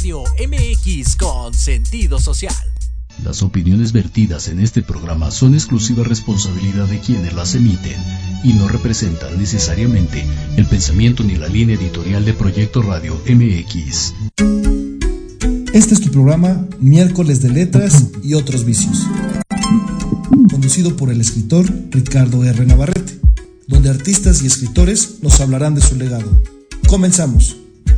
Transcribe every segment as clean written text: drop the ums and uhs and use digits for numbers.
Radio MX con sentido social. Las opiniones vertidas en este programa son exclusiva responsabilidad de quienes las emiten y no representan necesariamente el pensamiento ni la línea editorial de Proyecto Radio MX. Este es tu programa Miércoles de Letras y Otros Vicios, conducido por el escritor Ricardo R. Navarrete, donde artistas y escritores nos hablarán de su legado. Comenzamos.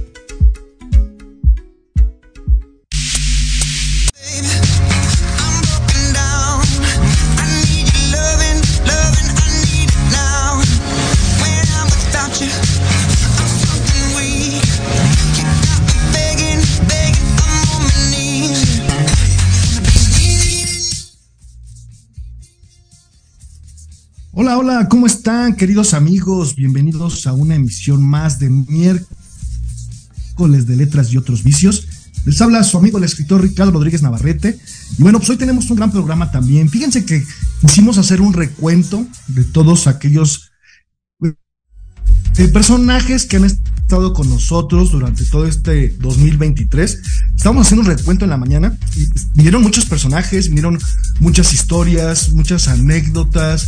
Hola, hola, ¿cómo están, queridos amigos? Bienvenidos a una emisión más de Miércoles de Letras y Otros Vicios. Les habla su amigo el escritor Ricardo Rodríguez Navarrete. Y bueno, pues hoy tenemos un gran programa también. Fíjense que quisimos hacer un recuento de todos aquellos personajes que han estado con nosotros durante todo este 2023. Estábamos haciendo un recuento en la mañana y vinieron muchos personajes, vinieron muchas historias, muchas anécdotas.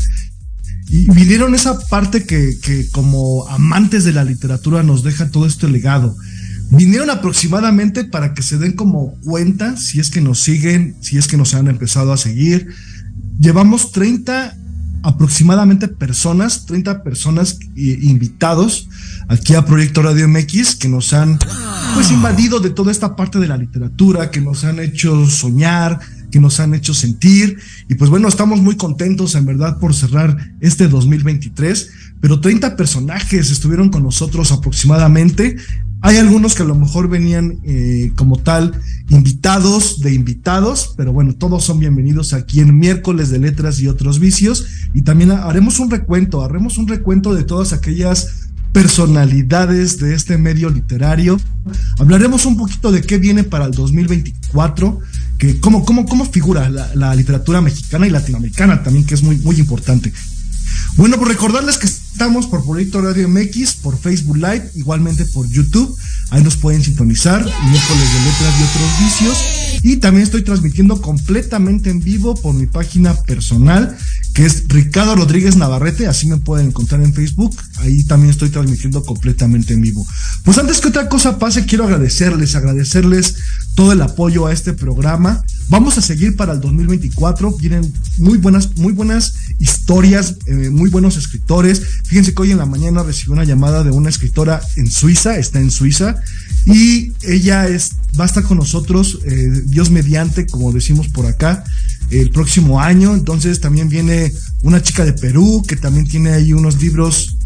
Y vinieron esa parte que como amantes de la literatura nos deja todo este legado. Vinieron aproximadamente, para que se den como cuenta, si es que nos siguen, si es que nos han empezado a seguir, llevamos 30 aproximadamente personas, 30 personas invitados aquí a Proyecto Radio MX, que nos han pues invadido de toda esta parte de la literatura, que nos han hecho soñar, que nos han hecho sentir. Y pues bueno, estamos muy contentos en verdad por cerrar este 2023, pero 30 personajes estuvieron con nosotros aproximadamente. Hay algunos que a lo mejor venían como tal invitados, pero bueno, todos son bienvenidos aquí en Miércoles de Letras y Otros Vicios. Y también haremos un recuento de todas aquellas personalidades de este medio literario. Hablaremos un poquito de qué viene para el 2024, que cómo figura la literatura mexicana y latinoamericana también, que es muy, muy importante. Bueno, pues recordarles que estamos por Proyecto Radio MX, por Facebook Live, igualmente por YouTube. Ahí nos pueden sintonizar, Miércoles de Letras y Otros Vicios. Y también estoy transmitiendo completamente en vivo por mi página personal, que es Ricardo Rodríguez Navarrete. Así me pueden encontrar en Facebook. Ahí también estoy transmitiendo completamente en vivo. Pues antes que otra cosa pase, quiero agradecerles todo el apoyo a este programa. Vamos a seguir para el 2024. Vienen muy buenas historias, muy buenos escritores. Fíjense que hoy en la mañana recibí una llamada de una escritora en Suiza, está en Suiza, y ella va a estar con nosotros, Dios mediante, como decimos por acá, el próximo año. Entonces también viene una chica de Perú que también tiene ahí unos libros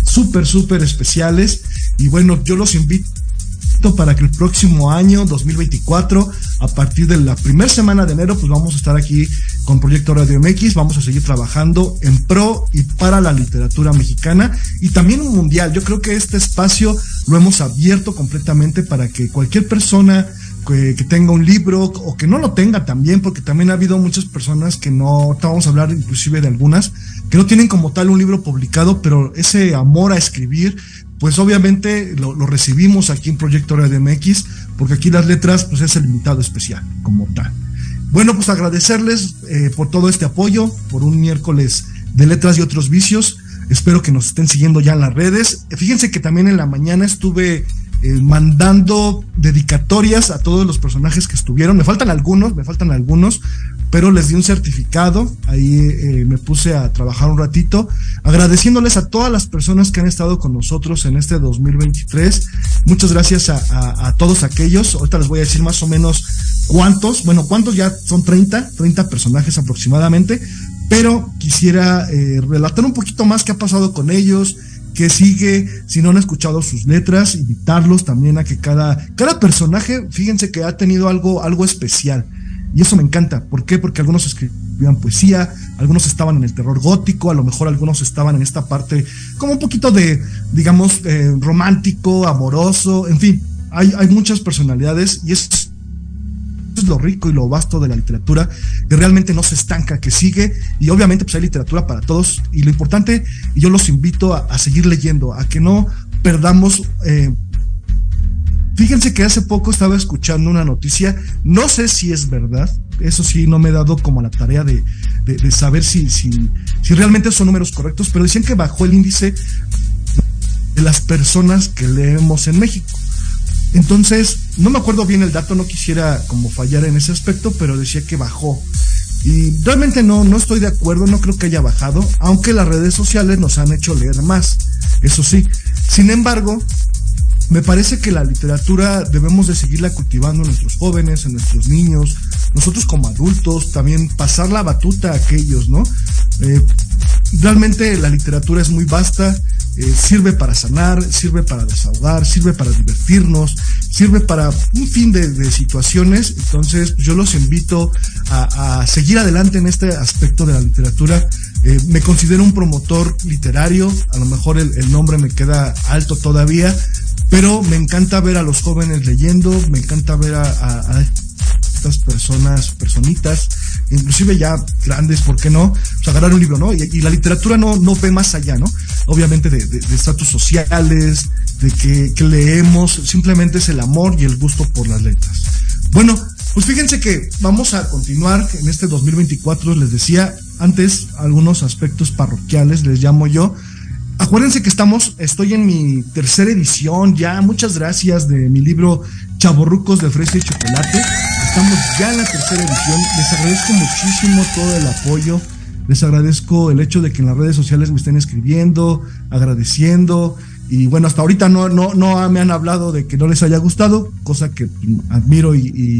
súper especiales. Y bueno, yo los invito para que el próximo año 2024, a partir de la primera semana de enero, pues vamos a estar aquí con Proyecto Radio MX. Vamos a seguir trabajando en pro y para la literatura mexicana y también mundial. Yo creo que este espacio lo hemos abierto completamente para que cualquier persona que tenga un libro o que no lo tenga también, porque también ha habido muchas personas que no, vamos a hablar inclusive de algunas, que no tienen como tal un libro publicado, pero ese amor a escribir, pues obviamente lo recibimos aquí en Proyecto Radio MX, porque aquí las letras pues es el invitado especial como tal. Bueno, pues agradecerles por todo este apoyo, por un Miércoles de Letras y Otros Vicios. Espero que nos estén siguiendo ya en las redes. Fíjense que también en la mañana estuve mandando dedicatorias a todos los personajes que estuvieron. Me faltan algunos, pero les di un certificado. Ahí me puse a trabajar un ratito, agradeciéndoles a todas las personas que han estado con nosotros en este 2023. Muchas gracias a todos aquellos. Ahorita les voy a decir más o menos cuántos ya son 30 personajes aproximadamente, pero quisiera relatar un poquito más qué ha pasado con ellos, qué sigue. Si no han escuchado sus letras, invitarlos también a que cada personaje, fíjense que ha tenido algo especial. Y eso me encanta. ¿Por qué? Porque algunos escribían poesía, algunos estaban en el terror gótico, a lo mejor algunos estaban en esta parte como un poquito de, digamos, romántico, amoroso, en fin, hay muchas personalidades y eso es lo rico y lo vasto de la literatura, que realmente no se estanca, que sigue, y obviamente pues hay literatura para todos, y lo importante, y yo los invito a seguir leyendo, a que no perdamos Fíjense que hace poco estaba escuchando una noticia, no sé si es verdad, eso sí, no me he dado como la tarea de saber si realmente son números correctos, pero decían que bajó el índice de las personas que leemos en México. Entonces, no me acuerdo bien el dato, no quisiera como fallar en ese aspecto, pero decía que bajó. Y realmente no estoy de acuerdo, no creo que haya bajado, aunque las redes sociales nos han hecho leer más, eso sí. Sin embargo, me parece que la literatura debemos de seguirla cultivando en nuestros jóvenes, en nuestros niños, nosotros como adultos, también pasar la batuta a aquellos, ¿no? Realmente la literatura es muy vasta, sirve para sanar, sirve para desahogar, sirve para divertirnos, sirve para un fin de situaciones. Entonces yo los invito a seguir adelante en este aspecto de la literatura. Me considero un promotor literario, a lo mejor el nombre me queda alto todavía, pero me encanta ver a los jóvenes leyendo, me encanta ver a estas personitas, inclusive ya grandes, ¿por qué no? Pues agarrar un libro, ¿no? Y la literatura no ve más allá, ¿no? Obviamente de estatus sociales, de que leemos, simplemente es el amor y el gusto por las letras. Bueno, pues fíjense que vamos a continuar en este 2024, les decía antes algunos aspectos parroquiales, les llamo yo. Acuérdense que estoy en mi tercera edición ya, muchas gracias, de mi libro Chavorrucos de Fresa y Chocolate. Estamos ya en la tercera edición, les agradezco muchísimo todo el apoyo, les agradezco el hecho de que en las redes sociales me estén escribiendo, agradeciendo, y bueno, hasta ahorita no me han hablado de que no les haya gustado, cosa que admiro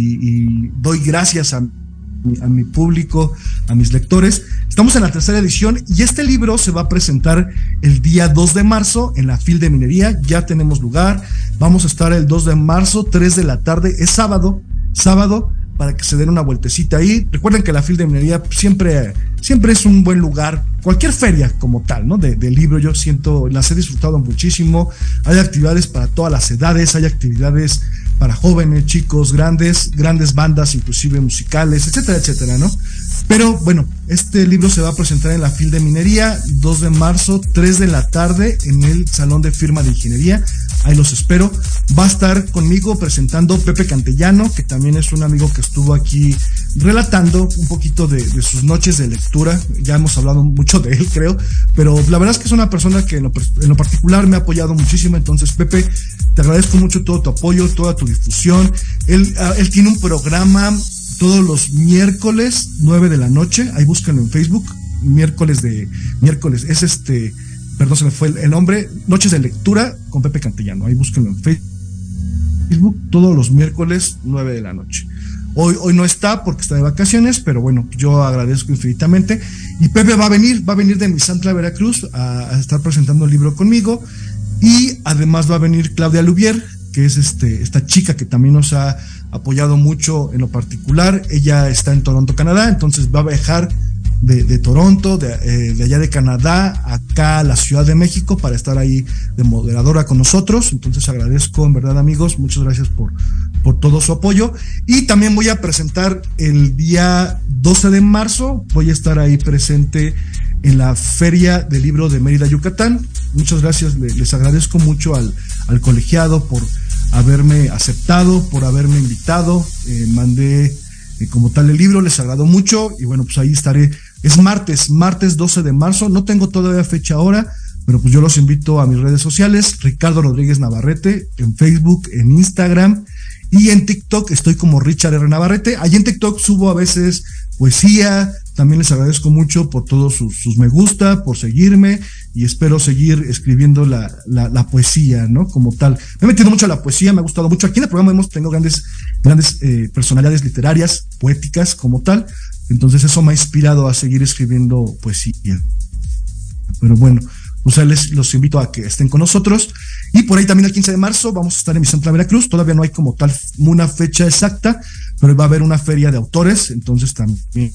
y doy gracias a mi público, a mis lectores. Estamos en la tercera edición y este libro se va a presentar el día 2 de marzo en la FIL de Minería. Ya tenemos lugar, vamos a estar el 2 de marzo, 3 de la tarde, es sábado, para que se den una vueltecita ahí. Recuerden que la FIL de Minería siempre es un buen lugar, cualquier feria como tal, ¿no? De libro, yo las he disfrutado muchísimo. Hay actividades para todas las edades, hay actividades para jóvenes, chicos, grandes bandas, inclusive musicales, etcétera, etcétera, ¿no? Pero bueno, este libro se va a presentar en la FIL de Minería, 2 de marzo, 3 de la tarde, en el Salón de Firma de Ingeniería. Ahí los espero. Va a estar conmigo presentando Pepe Cantellano, que también es un amigo que estuvo aquí relatando un poquito de sus noches de lectura. Ya hemos hablado mucho de él, creo, pero la verdad es que es una persona que en lo particular me ha apoyado muchísimo. Entonces, Pepe, te agradezco mucho todo tu apoyo, toda tu difusión. Él tiene un programa todos los miércoles 9 de la noche, ahí búsquenlo en Facebook, miércoles, es perdón, se me fue el nombre, Noches de Lectura con Pepe Cantellano, ahí búsquenlo en Facebook, todos los miércoles 9 de la noche. Hoy no está porque está de vacaciones, pero bueno, yo agradezco infinitamente. Y Pepe va a venir de Misantla, Veracruz, a estar presentando el libro conmigo. Y además va a venir Claudia Lubier, que es esta chica que también nos ha apoyado mucho en lo particular. Ella está en Toronto, Canadá, entonces va a viajar de Toronto, de allá de Canadá, acá a la Ciudad de México para estar ahí de moderadora con nosotros. Entonces agradezco, en verdad, amigos, muchas gracias por todo su apoyo. Y también voy a presentar el día 12 de marzo, voy a estar ahí presente en la Feria del Libro de Mérida, Yucatán. Muchas gracias, les agradezco mucho al colegiado por haberme aceptado, por haberme invitado. Mandé como tal el libro, les agradó mucho y bueno, pues ahí estaré. Es martes 12 de marzo, no tengo todavía fecha ahora, pero pues yo los invito a mis redes sociales, Ricardo Rodríguez Navarrete, en Facebook, en Instagram y en TikTok estoy como Richard R. Navarrete. Allí en TikTok subo a veces poesía, también les agradezco mucho por todos sus me gusta, por seguirme y espero seguir escribiendo la poesía, ¿no? Como tal. Me he metido mucho a la poesía, me ha gustado mucho. Aquí en el programa hemos tenido grandes personalidades literarias, poéticas como tal. Entonces eso me ha inspirado a seguir escribiendo poesía. Pero bueno, pues los invito a que estén con nosotros. Y por ahí también el 15 de marzo vamos a estar en Misantla, Veracruz. Todavía no hay como tal una fecha exacta, pero va a haber una feria de autores. Entonces también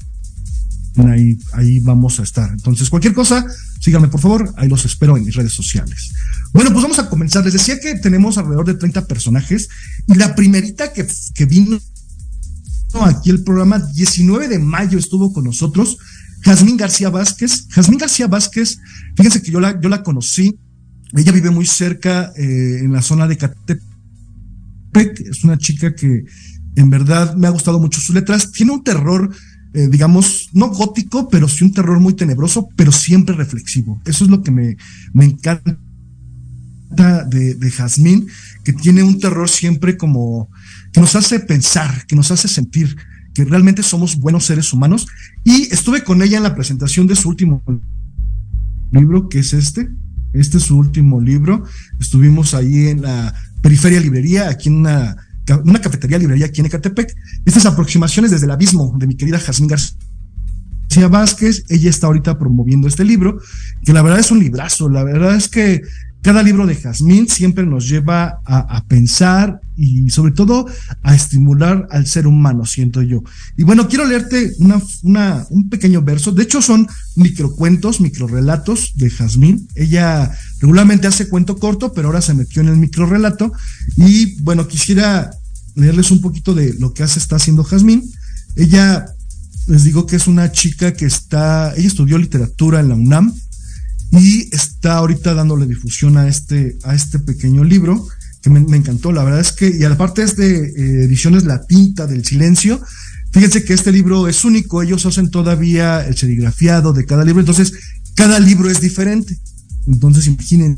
ahí vamos a estar. Entonces cualquier cosa, síganme por favor. Ahí los espero en mis redes sociales. Bueno, pues vamos a comenzar. Les decía que tenemos alrededor de 30 personajes. Y la primerita que vino aquí el programa, 19 de mayo estuvo con nosotros, Jazmín García Vázquez. Jazmín García Vázquez, fíjense que yo la conocí, ella vive muy cerca en la zona de Catepec, Peck es una chica que en verdad me ha gustado mucho sus letras. Tiene un terror, digamos, no gótico, pero sí un terror muy tenebroso, pero siempre reflexivo. Eso es lo que me encanta de Jazmín, que tiene un terror siempre como que nos hace pensar, que nos hace sentir que realmente somos buenos seres humanos. Y estuve con ella en la presentación de su último libro, que es este es su último libro. Estuvimos ahí en la Periferia Librería, aquí en una cafetería librería aquí en Ecatepec. Estas aproximaciones desde el abismo de mi querida Jazmín García Vázquez. Ella está ahorita promoviendo este libro, que la verdad es un librazo. La verdad es que cada libro de Jazmín siempre nos lleva a pensar y sobre todo a estimular al ser humano, siento yo. Y bueno, quiero leerte un pequeño verso. De hecho, son microcuentos, microrelatos de Jazmín. Ella regularmente hace cuento corto, pero ahora se metió en el microrelato. Y bueno, quisiera leerles un poquito de lo que está haciendo Jazmín. Ella, les digo que es una chica que ella estudió literatura en la UNAM, y está ahorita dándole difusión a este pequeño libro, que me encantó. La verdad es que, y aparte es de ediciones La Tinta del Silencio. Fíjense que este libro es único, ellos hacen todavía el serigrafiado de cada libro, entonces cada libro es diferente. Entonces imaginen.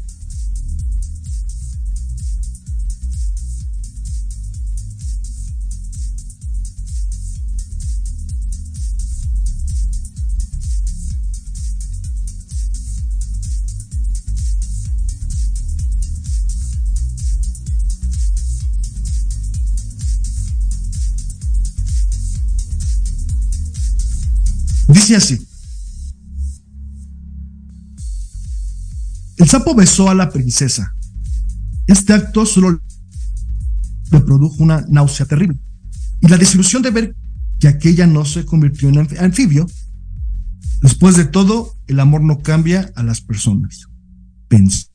Dice así: el sapo besó a la princesa. Este acto solo le produjo una náusea terrible y la desilusión de ver que aquella no se convirtió en anfibio. Después de todo, el amor no cambia a las personas, pensó.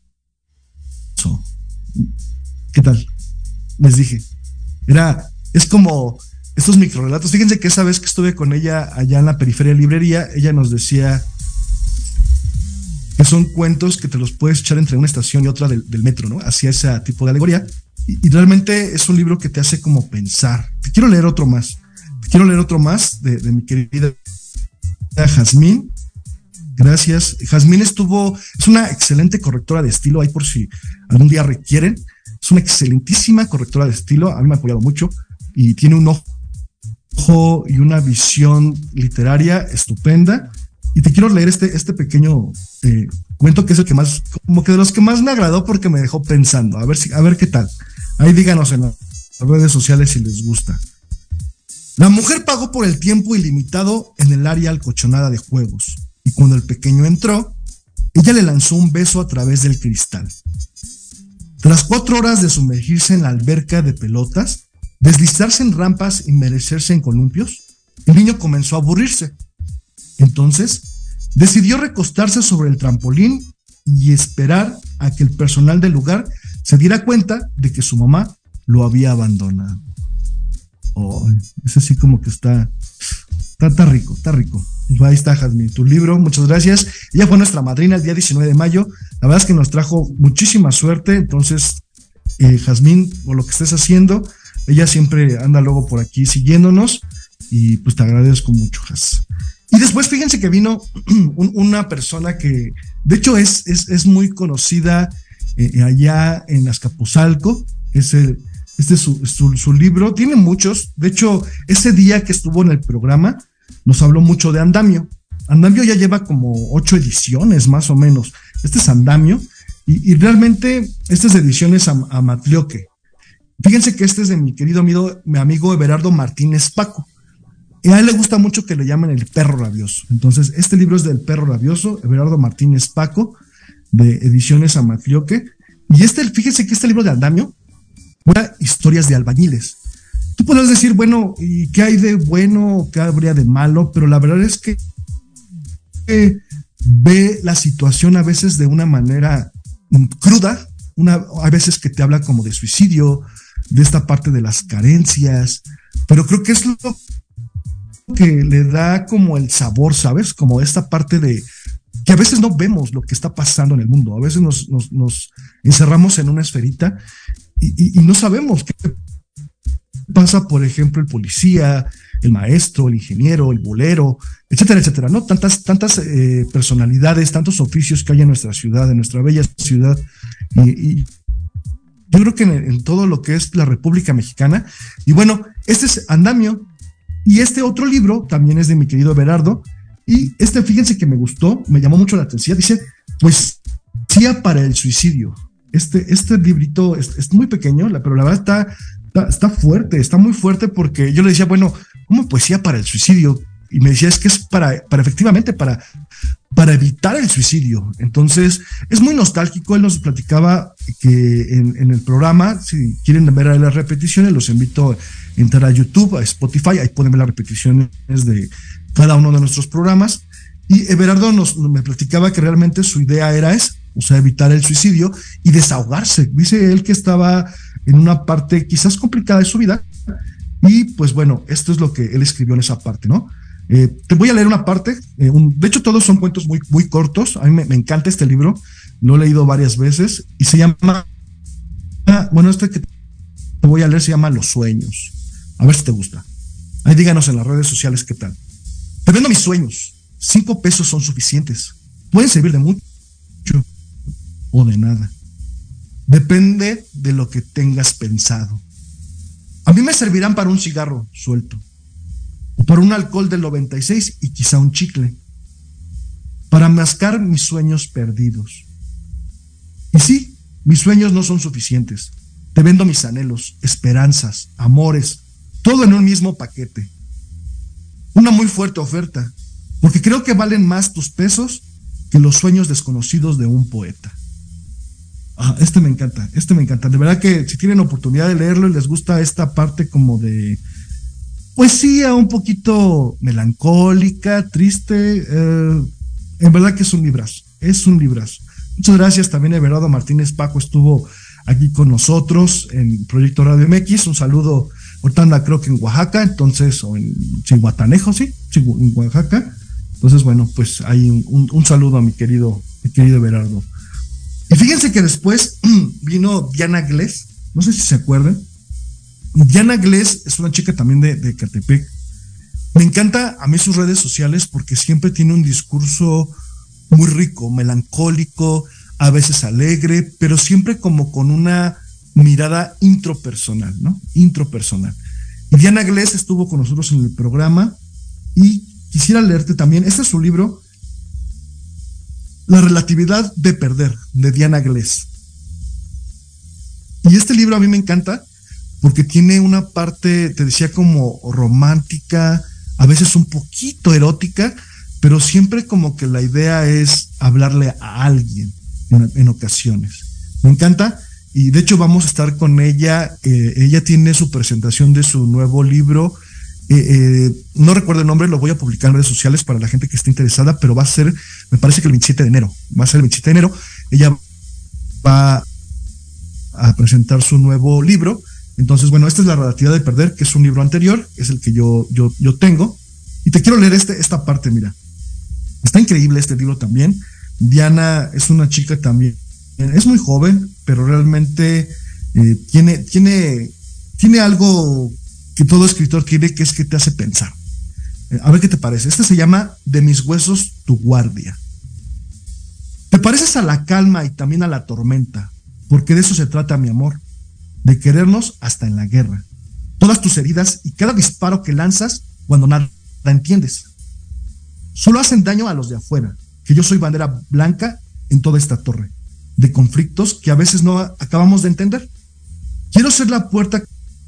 ¿Qué tal? Les dije, es como estos microrelatos. Fíjense que esa vez que estuve con ella allá en la Periferia Librería, ella nos decía que son cuentos que te los puedes echar entre una estación y otra del metro, ¿no? Hacía ese tipo de alegoría. Y realmente es un libro que te hace como pensar. Te quiero leer otro más de mi querida Jazmín. Gracias. Jazmín es una excelente correctora de estilo, ahí por si algún día requieren. Es una excelentísima correctora de estilo. A mí me ha apoyado mucho y tiene un ojo y una visión literaria estupenda. Y te quiero leer este pequeño cuento, que es el que más, como que de los que más me agradó, porque me dejó pensando. A ver qué tal. Ahí díganos en las redes sociales si les gusta. La mujer pagó por el tiempo ilimitado en el área alcochonada de juegos, y cuando el pequeño entró, ella le lanzó un beso a través del cristal. Tras 4 horas de sumergirse en la alberca de pelotas, deslizarse en rampas y merecerse en columpios, el niño comenzó a aburrirse. Entonces, decidió recostarse sobre el trampolín y esperar a que el personal del lugar se diera cuenta de que su mamá lo había abandonado. Oh, es así como que está rico. Pues ahí está, Jazmín, tu libro, muchas gracias. Ella fue nuestra madrina el día 19 de mayo. La verdad es que nos trajo muchísima suerte. Entonces, Jazmín, por lo que estés haciendo, ella siempre anda luego por aquí siguiéndonos, y pues te agradezco mucho, Jaz. Y después fíjense que vino una persona que de hecho es muy conocida allá en Azcapotzalco. Su libro, tiene muchos. De hecho, ese día que estuvo en el programa nos habló mucho de Andamio. Andamio ya lleva como 8 ediciones más o menos. Este es Andamio, y realmente estas ediciones a Matlioque. Fíjense que este es de mi querido amigo Everardo Martínez Paco. Y a él le gusta mucho que le llamen el perro rabioso. Entonces, este libro es del perro rabioso, Everardo Martínez Paco, de Ediciones Amatlioque. Y fíjense que este libro de Andamio era historias de albañiles. Tú podrás decir, bueno, ¿y qué hay de bueno? ¿Qué habría de malo? Pero la verdad es que ve la situación a veces de una manera cruda. A veces que te habla como de suicidio, de esta parte de las carencias. Pero creo que es lo que le da como el sabor, ¿sabes? Como esta parte de que a veces no vemos lo que está pasando en el mundo. A veces nos encerramos en una esferita y no sabemos qué pasa, por ejemplo, el policía, el maestro, el ingeniero, el bolero, etcétera, etcétera, ¿no? Tantas personalidades, tantos oficios que hay en nuestra ciudad, en nuestra bella ciudad, y yo creo que en todo lo que es la República Mexicana. Y bueno, este es Andamio, y este otro libro también es de mi querido Everardo, y fíjense que me gustó, me llamó mucho la atención, dice, poesía para el suicidio. Este librito es muy pequeño, pero la verdad está fuerte, está muy fuerte, porque yo le decía, bueno, ¿cómo poesía para el suicidio? Y me decía, es que es efectivamente, para evitar el suicidio. Entonces, es muy nostálgico. Él nos platicaba que en el programa, si quieren ver las repeticiones, los invito a entrar a YouTube, a Spotify, ahí pueden ver las repeticiones de cada uno de nuestros programas. Y Everardo me platicaba que realmente su idea era evitar el suicidio y desahogarse. Dice él que estaba en una parte quizás complicada de su vida, y pues bueno, esto es lo que él escribió en esa parte, ¿no? Te voy a leer una parte, de hecho todos son cuentos muy, muy cortos. A mí me encanta este libro, lo he leído varias veces, y se llama, que te voy a leer se llama Los Sueños. A ver si te gusta. Ahí díganos en las redes sociales qué tal. Te vendo mis sueños, 5 pesos son suficientes, pueden servir de mucho o de nada, depende de lo que tengas pensado. A mí me servirán para un cigarro suelto, o para un alcohol del 96 y quizá un chicle, para mascar mis sueños perdidos. Y sí, mis sueños no son suficientes. Te vendo mis anhelos, esperanzas, amores, todo en un mismo paquete. Una muy fuerte oferta, porque creo que valen más tus pesos que los sueños desconocidos de un poeta. Este me encanta. De verdad que si tienen oportunidad de leerlo y les gusta esta parte como de poesía un poquito melancólica, triste, en verdad que es un librazo. Muchas gracias también a Everardo Martínez Paco, estuvo aquí con nosotros en Proyecto Radio MX. Un saludo, ahorita anda creo que en Oaxaca, entonces, o en Cihuatanejo, en Oaxaca. Entonces, bueno, pues hay un saludo a mi querido Everardo. Y fíjense que después vino Diana Glés, no sé si se acuerdan. Diana Glés es una chica también de Catepec. Me encanta a mí sus redes sociales porque siempre tiene un discurso muy rico, melancólico, a veces alegre, pero siempre como con una mirada intropersonal, ¿no? Intropersonal. Y Diana Glés estuvo con nosotros en el programa, y quisiera leerte también, este es su libro, La relatividad de perder, de Diana Glés. Y este libro a mí me encanta porque tiene una parte, te decía, como romántica, a veces un poquito erótica, pero siempre como que la idea es hablarle a alguien en ocasiones. Me encanta, y de hecho vamos a estar con ella. Ella tiene su presentación de su nuevo libro. No recuerdo el nombre, lo voy a publicar en redes sociales para la gente que esté interesada, pero va a ser, me parece que el 27 de enero. Va a ser el 27 de enero. Ella va a presentar su nuevo libro. Entonces, bueno, esta es La relatividad de perder, que es un libro anterior, es el que yo tengo. Y te quiero leer esta parte, mira. Está increíble este libro también. Diana es una chica también, es muy joven, pero realmente tiene algo que todo escritor tiene, que es que te hace pensar. A ver qué te parece. Este se llama De mis huesos tu guardia. Te pareces a la calma y también a la tormenta, porque de eso se trata, mi amor, de querernos hasta en la guerra. Todas tus heridas y cada disparo que lanzas cuando nada entiendes solo hacen daño a los de afuera, que yo soy bandera blanca en toda esta torre de conflictos que a veces no acabamos de entender. Quiero ser la puerta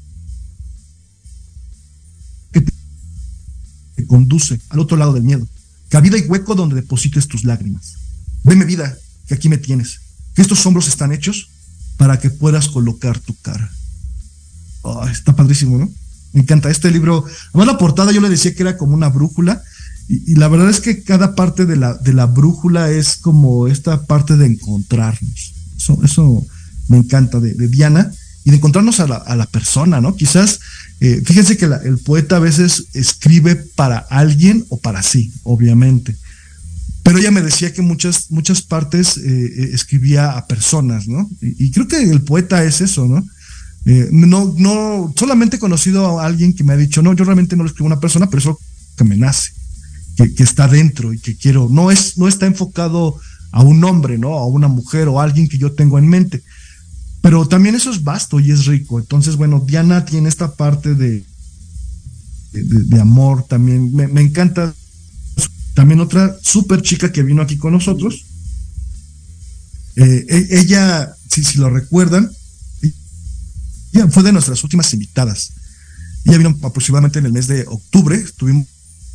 que te conduce al otro lado del miedo, cabida y hueco donde deposites tus lágrimas. Veme, vida, que aquí me tienes, que estos hombros están hechos para que puedas colocar tu cara. Está padrísimo, ¿no? Me encanta este libro. Además, la portada yo le decía que era como una brújula, y la verdad es que cada parte de la brújula es como esta parte de encontrarnos. Eso me encanta de Diana, y de encontrarnos a la persona, ¿no? Quizás, fíjense que el poeta a veces escribe para alguien o para sí, obviamente. Pero ella me decía que muchas partes escribía a personas, ¿no? Y creo que el poeta es eso, ¿no? No, solamente he conocido a alguien que me ha dicho, no, yo realmente no lo escribo a una persona, pero eso que me nace, que está dentro y que quiero, no está enfocado a un hombre, ¿no? A una mujer o a alguien que yo tengo en mente. Pero también eso es vasto y es rico. Entonces, bueno, Diana tiene esta parte de amor también. Me encanta. También otra súper chica que vino aquí con nosotros. Ella, si lo recuerdan, ella fue de nuestras últimas invitadas. Ella vino aproximadamente en el mes de octubre. Estuvimos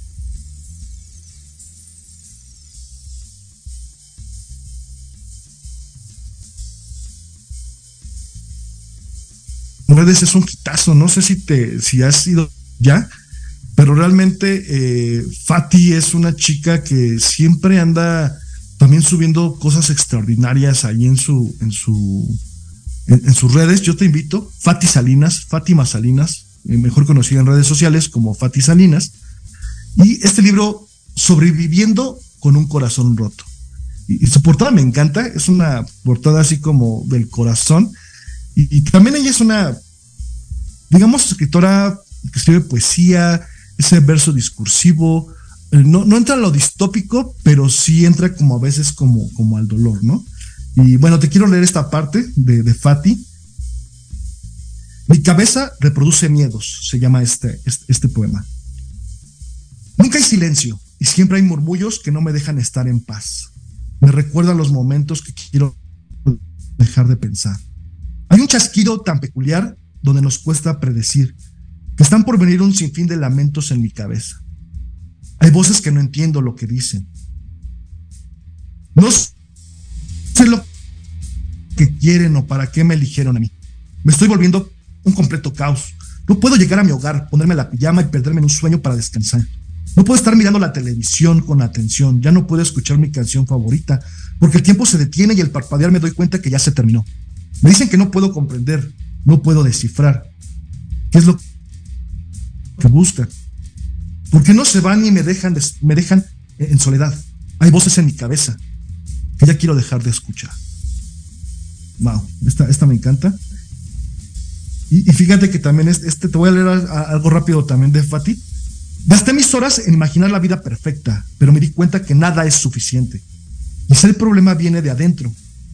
redes, es un hitazo. No sé si has ido ya, pero realmente Fati es una chica que siempre anda también subiendo cosas extraordinarias ahí en sus redes. Yo te invito, Fátima Salinas, mejor conocida en redes sociales como Fati Salinas, y este libro, Sobreviviendo con un corazón roto. Y su portada me encanta, es una portada así como del corazón, y también ella es una, digamos, escritora que escribe poesía, ese verso discursivo, no entra a lo distópico, pero sí entra como a veces como al dolor, ¿no? Y bueno, te quiero leer esta parte de Fati. Mi cabeza reproduce miedos, se llama este poema. Nunca hay silencio y siempre hay murmullos que no me dejan estar en paz. Me recuerdan los momentos que quiero dejar de pensar. Hay un chasquido tan peculiar donde nos cuesta predecir que están por venir un sinfín de lamentos en mi cabeza. Hay voces que no entiendo lo que dicen. No sé lo que quieren o para qué me eligieron a mí. Me estoy volviendo un completo caos. No puedo llegar a mi hogar, ponerme la pijama y perderme en un sueño para descansar. No puedo estar mirando la televisión con atención. Ya no puedo escuchar mi canción favorita porque el tiempo se detiene y al parpadear me doy cuenta que ya se terminó. Me dicen que no puedo comprender, no puedo descifrar qué es lo que buscan. ¿Por qué no se van y me dejan en soledad? Hay voces en mi cabeza que ya quiero dejar de escuchar. Wow, esta me encanta. Y fíjate que también te voy a leer algo rápido también de Fati. Gasté mis horas en imaginar la vida perfecta, pero me di cuenta que nada es suficiente. Quizá el problema viene de adentro.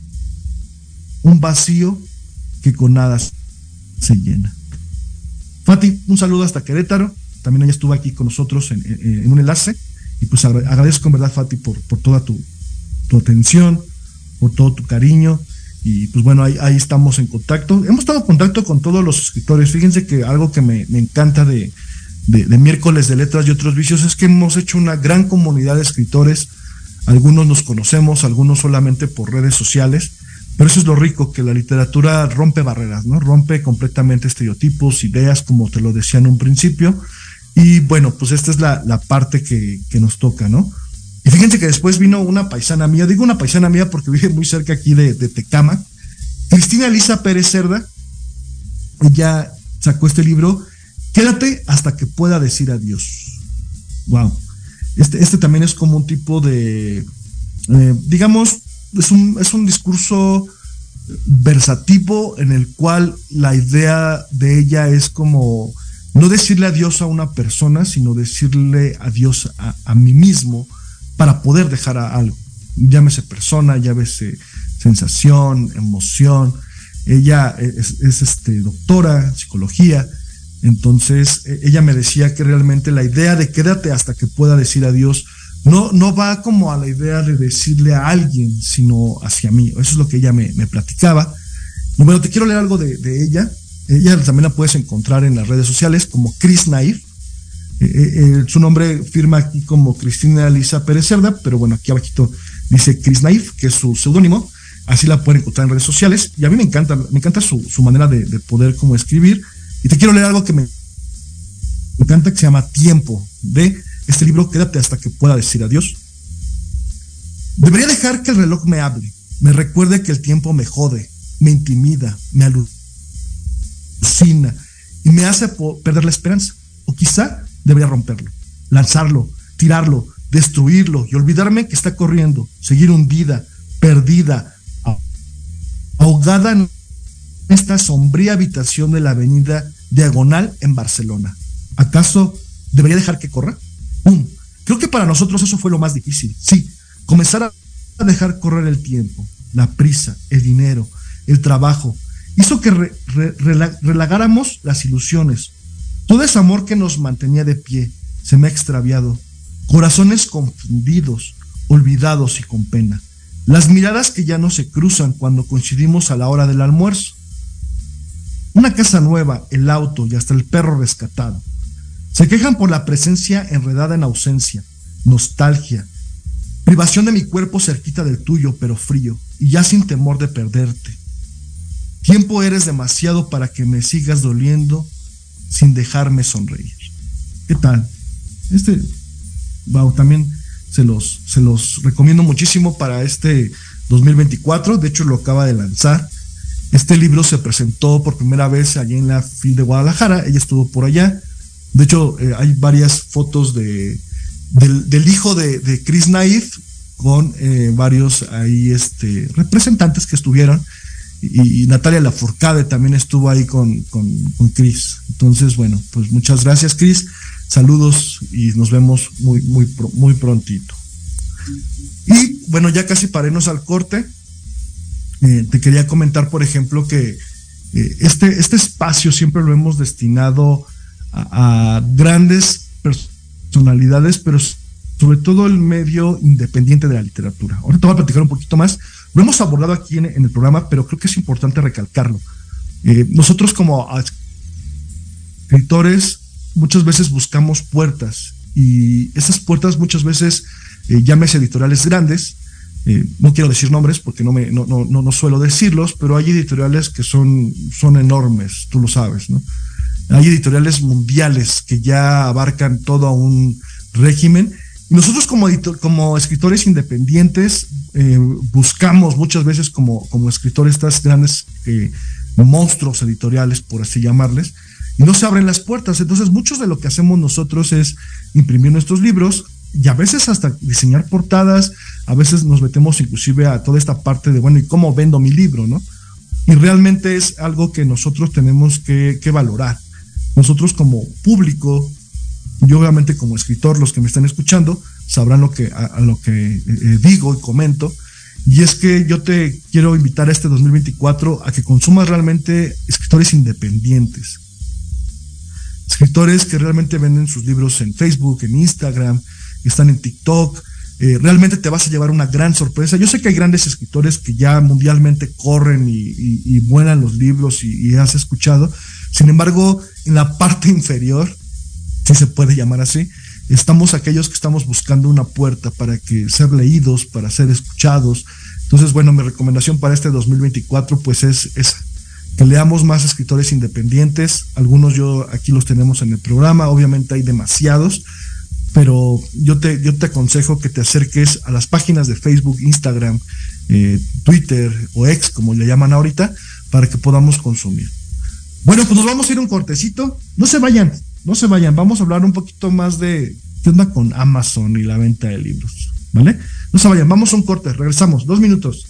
Un vacío que con nada se llena. Fati, un saludo hasta Querétaro. También ella estuvo aquí con nosotros en un enlace. Y pues agradezco en verdad, Fati, por toda tu atención, por todo tu cariño. Y pues bueno, ahí estamos en contacto. Hemos estado en contacto con todos los escritores. Fíjense que algo que me encanta de Miércoles de Letras y Otros Vicios es que hemos hecho una gran comunidad de escritores. Algunos nos conocemos, algunos solamente por redes sociales. Pero eso es lo rico, que la literatura rompe barreras, ¿no? Rompe completamente estereotipos, ideas, como te lo decía en un principio. Y bueno, pues esta es la parte que nos toca, ¿no? Y fíjense que después vino una paisana mía, digo una paisana mía porque vive muy cerca aquí de Tecámac, Cristina Elisa Pérez Cerda. Ella sacó este libro, Quédate hasta que pueda decir adiós. Wow. Este también es como un tipo de, digamos, es un discurso versativo en el cual la idea de ella es como no decirle adiós a una persona, sino decirle adiós a mí mismo para poder dejar a algo. Llámese persona, llámese sensación, emoción. Ella es doctora en psicología. Entonces ella me decía que realmente la idea de quédate hasta que pueda decir adiós no va como a la idea de decirle a alguien, sino hacia mí. Eso es lo que ella me platicaba. Y bueno, te quiero leer algo de ella. Ella también la puedes encontrar en las redes sociales como Chris Naif. Su nombre firma aquí como Cristina Elisa Pérez Cerda, pero bueno, aquí abajito dice Chris Naif, que es su seudónimo. Así la pueden encontrar en redes sociales. Y a mí me encanta su manera de poder como escribir. Y te quiero leer algo que me encanta, que se llama Tiempo, de este libro, Quédate hasta que pueda decir adiós. Debería dejar que el reloj me hable, me recuerde que el tiempo me jode, me intimida, me alucina y me hace perder la esperanza. O quizá debería romperlo, lanzarlo, tirarlo, destruirlo y olvidarme que está corriendo, seguir hundida, perdida, ahogada en esta sombría habitación de la avenida Diagonal en Barcelona. ¿Acaso debería dejar que corra? ¡Pum! Creo que para nosotros eso fue lo más difícil. Sí, comenzar a dejar correr el tiempo, la prisa, el dinero, el trabajo. Hizo que relagáramos las ilusiones. Todo ese amor que nos mantenía de pie se me ha extraviado. Corazones confundidos, olvidados y con pena. Las miradas que ya no se cruzan cuando coincidimos a la hora del almuerzo. Una casa nueva, el auto y hasta el perro rescatado. Se quejan por la presencia enredada en ausencia, nostalgia, privación de mi cuerpo cerquita del tuyo, pero frío, y ya sin temor de perderte. Tiempo eres demasiado para que me sigas doliendo sin dejarme sonreír. ¿Qué tal? También se los recomiendo muchísimo para este 2024. De hecho, lo acaba de lanzar. Este libro se presentó por primera vez allí en la FIL de Guadalajara. Ella estuvo por allá. De hecho, hay varias fotos del hijo de Chris Naif con varios ahí representantes que estuvieron. Y Natalia Lafourcade también estuvo ahí con Chris. Entonces, bueno, pues muchas gracias, Chris. Saludos y nos vemos muy prontito. Y bueno, ya casi para irnos al corte, te quería comentar, por ejemplo, que este espacio siempre lo hemos destinado a grandes personalidades, pero sobre todo el medio independiente de la literatura. Ahora te voy a platicar un poquito más. Lo hemos abordado aquí en el programa, pero creo que es importante recalcarlo. Nosotros como escritores muchas veces buscamos puertas, y esas puertas muchas veces, llámese editoriales grandes, no quiero decir nombres porque no suelo decirlos, pero hay editoriales que son enormes, tú lo sabes, ¿no? Hay editoriales mundiales que ya abarcan todo un régimen. Nosotros como escritores independientes buscamos muchas veces como escritores estas grandes monstruos editoriales, por así llamarles, y no se abren las puertas. Entonces muchos de lo que hacemos nosotros es imprimir nuestros libros y a veces hasta diseñar portadas. A veces nos metemos inclusive a toda esta parte de, bueno, ¿y cómo vendo mi libro, no? Y realmente es algo que nosotros tenemos que valorar. Nosotros como público, yo obviamente como escritor, los que me están escuchando sabrán a lo que digo y comento, y es que yo te quiero invitar a este 2024 a que consumas realmente escritores independientes, escritores que realmente venden sus libros en Facebook, en Instagram, que están en TikTok. Realmente te vas a llevar una gran sorpresa. Yo sé que hay grandes escritores que ya mundialmente corren y vuelan los libros y has escuchado. Sin embargo, en la parte inferior, si se puede llamar así, estamos aquellos que estamos buscando una puerta para ser leídos, para ser escuchados. Entonces, bueno, mi recomendación para este 2024 pues es que leamos más escritores independientes. Algunos aquí los tenemos en el programa, obviamente hay demasiados, pero yo te aconsejo que te acerques a las páginas de Facebook, Instagram, Twitter o X, como le llaman ahorita, para que podamos consumir. Bueno, pues nos vamos a ir un cortecito. No se vayan. Vamos a hablar un poquito más de qué onda con Amazon y la venta de libros, ¿vale? No se vayan, vamos a un corte, regresamos, 2 minutos.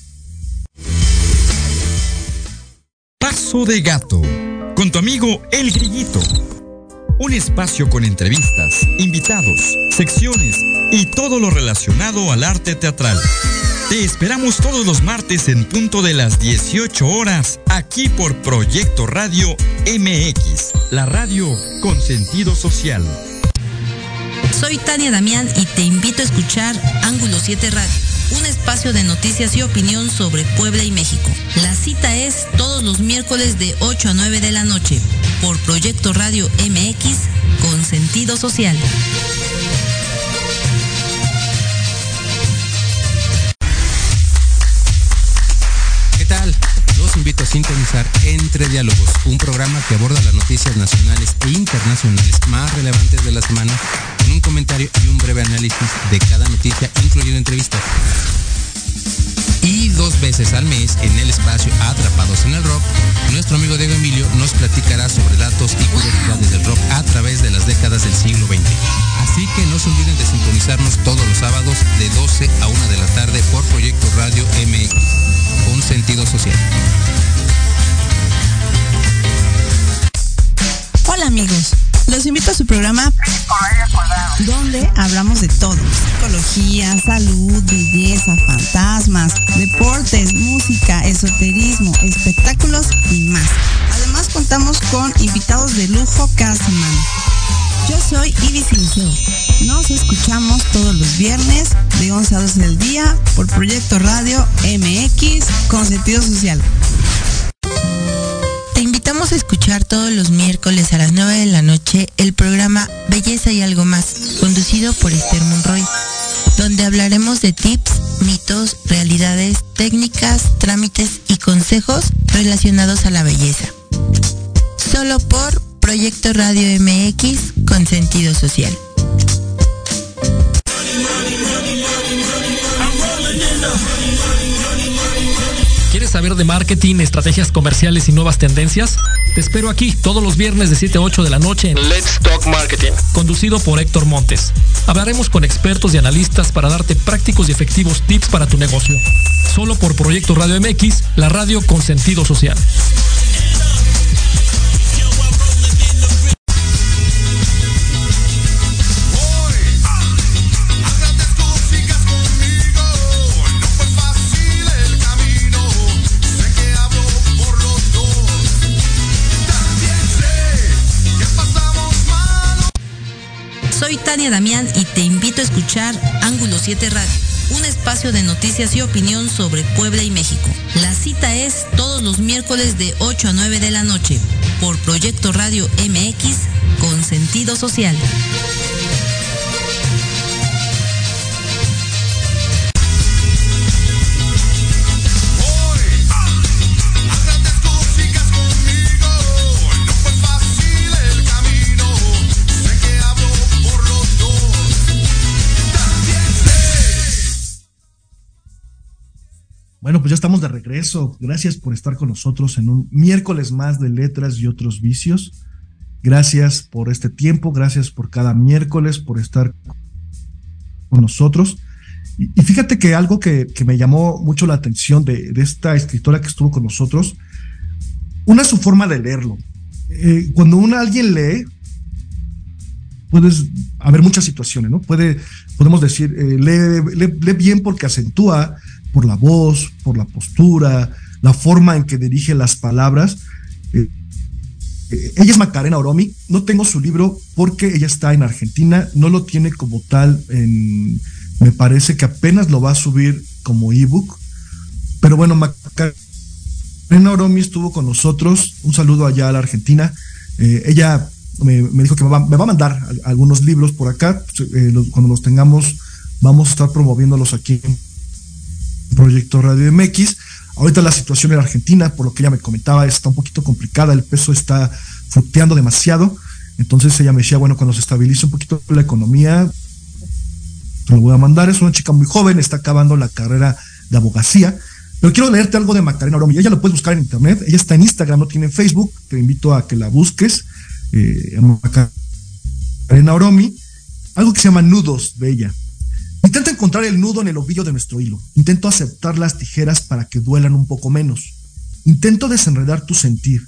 Paso de Gato, con tu amigo El Grillito. Un espacio con entrevistas, invitados, secciones y todo lo relacionado al arte teatral. Te esperamos todos los martes en punto de las 18 horas, aquí por Proyecto Radio MX, la radio con sentido social. Soy Tania Damián y te invito a escuchar Ángulo 7 Radio, un espacio de noticias y opinión sobre Puebla y México. La cita es todos los miércoles de 8 a 9 de la noche, por Proyecto Radio MX, con sentido social. ¿Qué tal? Los invito a sintonizar Entre Diálogos, un programa que aborda las noticias nacionales e internacionales más relevantes de la semana, con un comentario y un breve análisis de cada noticia, incluyendo entrevistas. Y 2 veces al mes, en el espacio Atrapados en el Rock, nuestro amigo Diego Emilio nos platicará sobre datos y curiosidades del rock a través de las décadas del siglo XX. Así que no se olviden de sintonizarnos todos los sábados de 12 a 1 de la tarde por Proyecto Radio MX, con sentido social. invito a su programa donde hablamos de todo: psicología, salud, belleza, fantasmas, deportes, música, esoterismo, espectáculos y más. Además contamos con invitados de lujo cada semana. Yo soy Ibis Liceo. Nos escuchamos todos los viernes de 11 a 12 del día por Proyecto Radio MX con sentido social. Te invitamos a escuchar todos los miércoles a las 9 de la noche el programa Belleza y Algo Más, conducido por Esther Monroy, donde hablaremos de tips, mitos, realidades, técnicas, trámites y consejos relacionados a la belleza. Solo por Proyecto Radio MX con sentido social. ¿Quieres saber de marketing, estrategias comerciales y nuevas tendencias? Te espero aquí todos los viernes de 7 a 8 de la noche en Let's Talk Marketing, conducido por Héctor Montes. Hablaremos con expertos y analistas para darte prácticos y efectivos tips para tu negocio. Solo por Proyecto Radio MX, la radio con sentido social. Soy Tania Damián y te invito a escuchar Ángulo 7 Radio, un espacio de noticias y opinión sobre Puebla y México. La cita es todos los miércoles de 8 a 9 de la noche por Proyecto Radio MX con sentido social. Bueno, pues ya estamos de regreso. Gracias por estar con nosotros en un miércoles más de Letras y Otros Vicios. Gracias por este tiempo, gracias por cada miércoles, por estar con nosotros. Y fíjate que algo que me llamó mucho la atención de esta escritora que estuvo con nosotros, una es su forma de leerlo. Cuando alguien lee, puedes haber muchas situaciones, ¿no? Podemos decir, lee bien porque acentúa, por la voz, por la postura, la forma en que dirige las palabras. Ella es Macarena Oromi. No tengo su libro porque ella está en Argentina, no lo tiene como tal, me parece que apenas lo va a subir como ebook. Pero bueno, Macarena Oromi estuvo con nosotros. Un saludo allá a la Argentina. Ella me dijo que me va a mandar algunos libros por acá. Cuando los tengamos, vamos a estar promoviéndolos aquí en Proyecto Radio MX. Ahorita la situación en Argentina, por lo que ella me comentaba, está un poquito complicada, el peso está fluctuando demasiado. Entonces ella me decía, bueno, cuando se estabilice un poquito la economía, te lo voy a mandar. Es una chica muy joven, está acabando la carrera de abogacía. Pero quiero leerte algo de Macarena Oromi. Ella la puedes buscar en internet, ella está en Instagram, no tiene Facebook. Te invito a que la busques, Macarena Oromi. Algo que se llama Nudos de ella. Intento encontrar el nudo en el ovillo de nuestro hilo. Intento aceptar las tijeras para que duelan un poco menos. Intento desenredar tu sentir.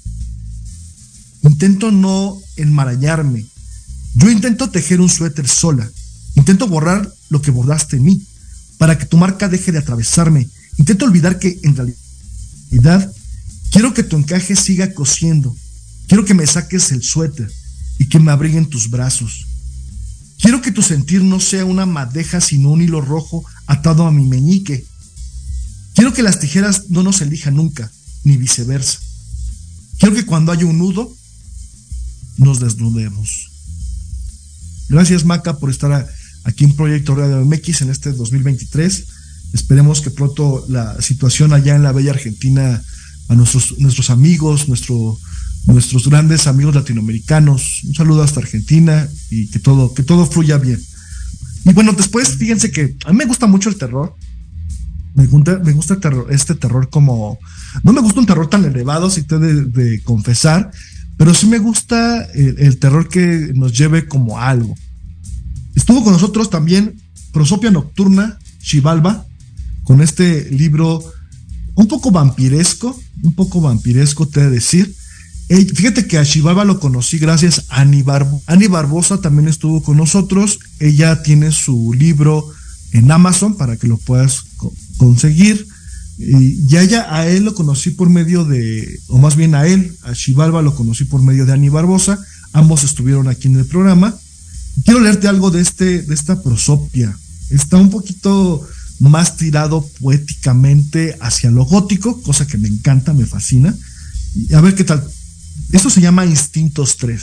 Intento no enmarañarme. Yo intento tejer un suéter sola. Intento borrar lo que bordaste en mí, para que tu marca deje de atravesarme. Intento olvidar que en realidad quiero que tu encaje siga cosiendo. Quiero que me saques el suéter y que me abriguen tus brazos. Quiero que tu sentir no sea una madeja, sino un hilo rojo atado a mi meñique. Quiero que las tijeras no nos elijan nunca, ni viceversa. Quiero que cuando haya un nudo, nos desnudemos. Gracias, Maca, por estar aquí en Proyecto Radio MX en este 2023. Esperemos que pronto la situación allá en la bella Argentina, a nuestros amigos, nuestros grandes amigos latinoamericanos, un saludo hasta Argentina y que todo fluya bien. Y bueno, después fíjense que a mí me gusta mucho el terror. Me gusta este terror como... No me gusta un terror tan elevado, si te de confesar, pero sí me gusta el terror que nos lleve como a algo. Estuvo con nosotros también Prosopia Nocturna, Xibalba, con este libro un poco vampiresco, te he de decir. Fíjate que a Xibalba lo conocí gracias a Ani Barbosa. Ani Barbosa también estuvo con nosotros. Ella tiene su libro en Amazon para que lo puedas conseguir. Y a él lo conocí por medio de, o más bien a Xibalba lo conocí por medio de Ani Barbosa. Ambos estuvieron aquí en el programa. Quiero leerte algo de esta prosopia. Está un poquito más tirado poéticamente hacia lo gótico, cosa que me encanta, me fascina. Y a ver qué tal. Esto se llama Instintos 3.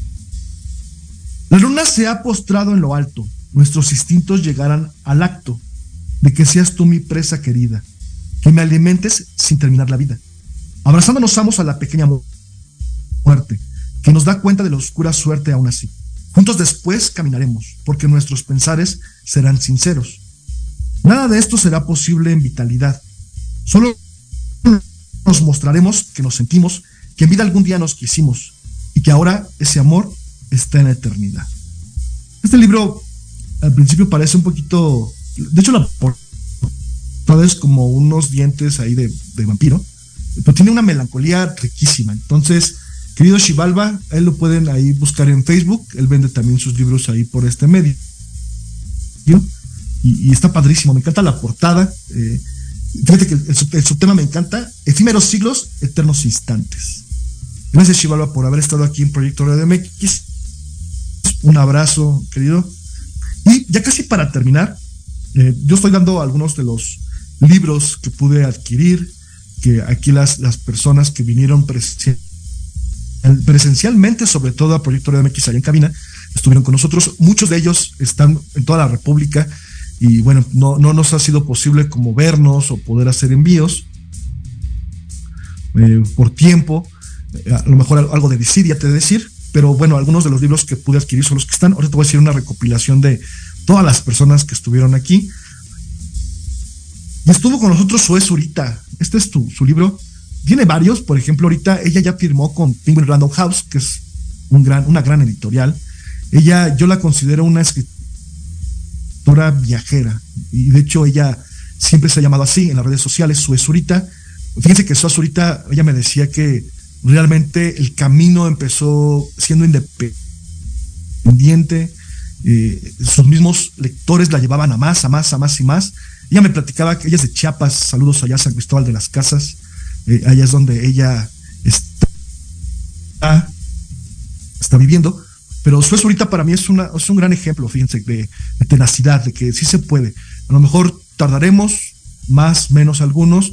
La luna se ha postrado en lo alto. Nuestros instintos llegarán al acto de que seas tú mi presa querida, que me alimentes sin terminar la vida. Abrazándonos amos a la pequeña muerte, que nos da cuenta de la oscura suerte aún así. Juntos después caminaremos, porque nuestros pensares serán sinceros. Nada de esto será posible en vitalidad. Solo nos mostraremos que nos sentimos, que en vida algún día nos quisimos y que ahora ese amor está en la eternidad. Este libro al principio parece un poquito, de hecho la portada es como unos dientes ahí de vampiro, pero tiene una melancolía riquísima. Entonces, querido Xibalba, él lo pueden ahí buscar en Facebook, él vende también sus libros ahí por este medio y está padrísimo, me encanta la portada. Fíjate que el subtema me encanta: efímeros siglos, eternos instantes. Gracias, Xibalba, por haber estado aquí en Proyecto Radio MX. Un abrazo, querido. Y ya casi para terminar, yo estoy dando algunos de los libros que pude adquirir, que aquí las personas que vinieron presencialmente, sobre todo a Proyecto Radio MX allá en cabina, estuvieron con nosotros. Muchos de ellos están en toda la República y bueno, no nos ha sido posible como vernos o poder hacer envíos por tiempo. A lo mejor algo de desidia te decir, pero bueno, algunos de los libros que pude adquirir son los que están. Ahora te voy a decir una recopilación de todas las personas que estuvieron aquí. Y estuvo con nosotros Zoe Zurita. Este es su libro. Tiene varios, por ejemplo, ahorita ella ya firmó con Penguin Random House, que es una gran editorial. Yo la considero una escritora viajera, y de hecho ella siempre se ha llamado así en las redes sociales, Zoe Zurita. Fíjense que Zoe Zurita, ella me decía que realmente el camino empezó siendo independiente, sus mismos lectores la llevaban a más y más. Ella me platicaba que ella es de Chiapas, saludos allá a San Cristóbal de las Casas, allá es donde ella está viviendo. Pero Zoe Zurita para mí es un gran ejemplo, fíjense, de tenacidad, de que sí se puede. A lo mejor tardaremos, más, menos algunos,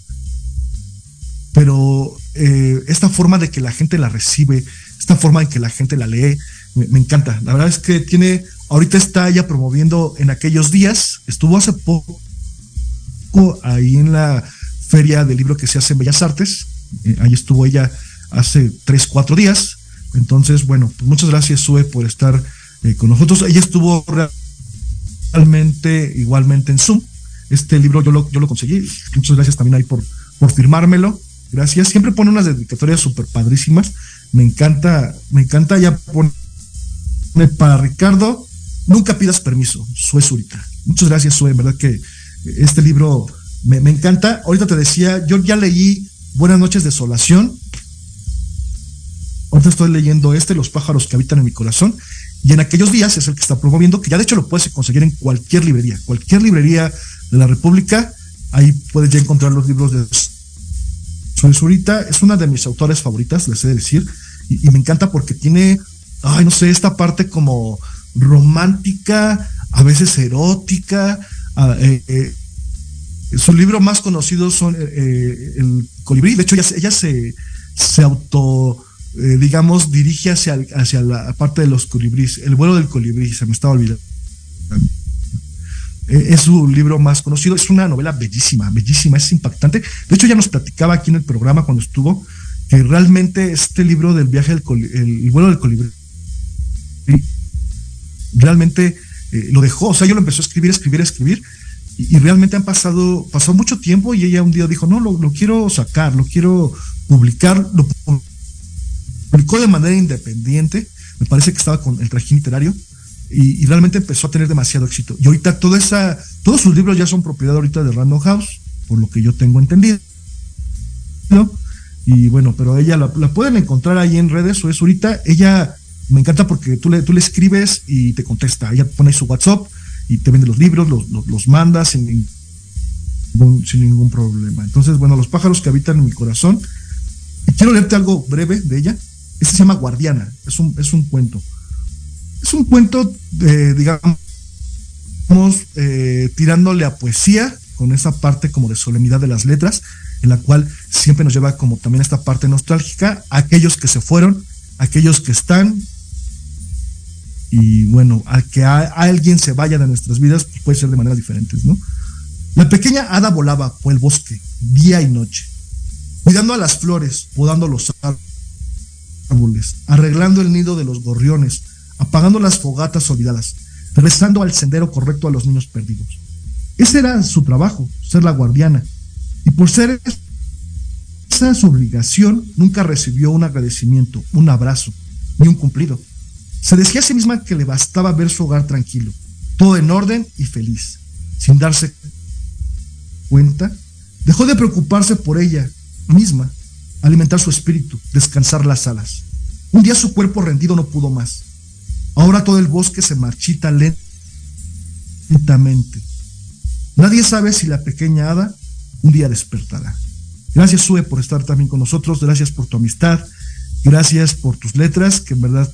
pero esta forma de que la gente la recibe, esta forma en que la gente la lee, me encanta. La verdad es que ahorita está ella promoviendo en aquellos días, estuvo hace poco ahí en la feria del libro que se hace en Bellas Artes, ahí estuvo ella hace 3-4 días. Entonces, bueno, pues muchas gracias, Zoe, por estar con nosotros. Ella estuvo realmente igualmente en Zoom. Este libro yo lo conseguí. Muchas gracias también ahí por firmármelo. Gracias. Siempre pone unas dedicatorias súper padrísimas. Me encanta. Ya pone para Ricardo: nunca pidas permiso, Zoe Zurita. Muchas gracias, Zoe. En verdad que este libro me encanta. Ahorita te decía, yo ya leí Buenas noches, Desolación. Ahorita estoy leyendo Los pájaros que habitan en mi corazón, y en aquellos días es el que está promoviendo, que ya de hecho lo puedes conseguir en cualquier librería de la República. Ahí puedes ya encontrar los libros de Zoe Zurita. Es una de mis autores favoritas, les he de decir, y me encanta porque tiene, no sé, esta parte como romántica, a veces erótica. Su libro más conocido son El colibrí. De hecho ella se auto dirige hacia la parte de los colibríes, El vuelo del colibrí, se me estaba olvidando. Es su libro más conocido. Es una novela bellísima, es impactante. De hecho, ya nos platicaba aquí en el programa cuando estuvo que realmente este libro del viaje el vuelo del colibrí realmente lo dejó. O sea, yo lo empezó a escribir y realmente pasó mucho tiempo, y ella un día dijo: no, lo quiero sacar, lo quiero publicar. Lo publicó de manera independiente, me parece que estaba con El Trajín Literario, y realmente empezó a tener demasiado éxito. Y ahorita todos sus libros ya son propiedad ahorita de Random House, por lo que yo tengo entendido, ¿no? Y bueno, pero ella la pueden encontrar ahí en redes, o es ahorita. Ella me encanta porque tú le escribes y te contesta. Ella pone ahí su WhatsApp y te vende los libros, los manda sin ningún problema. Entonces, bueno, Los pájaros que habitan en mi corazón. Y quiero leerte algo breve de ella. Este se llama Guardiana. Es un cuento. Es un cuento, digamos, tirándole a poesía, con esa parte como de solemnidad de las letras, en la cual siempre nos lleva como también esta parte nostálgica, aquellos que se fueron, aquellos que están, y bueno, al que alguien se vaya de nuestras vidas, pues puede ser de maneras diferentes, ¿no? La pequeña hada volaba por el bosque, día y noche, cuidando a las flores, podando los árboles, arreglando el nido de los gorriones, apagando las fogatas olvidadas, regresando al sendero correcto a los niños perdidos. Ese era su trabajo, ser la guardiana. Y por ser esa su obligación, nunca recibió un agradecimiento, un abrazo, ni un cumplido. Se decía a sí misma que le bastaba ver su hogar tranquilo, todo en orden y feliz. Sin darse cuenta, dejó de preocuparse por ella misma, alimentar su espíritu, descansar las alas. Un día su cuerpo rendido no pudo más. Ahora todo el bosque se marchita lentamente. Nadie sabe si la pequeña hada un día despertará. Gracias, Sue, por estar también con nosotros. Gracias por tu amistad. Gracias por tus letras, que en verdad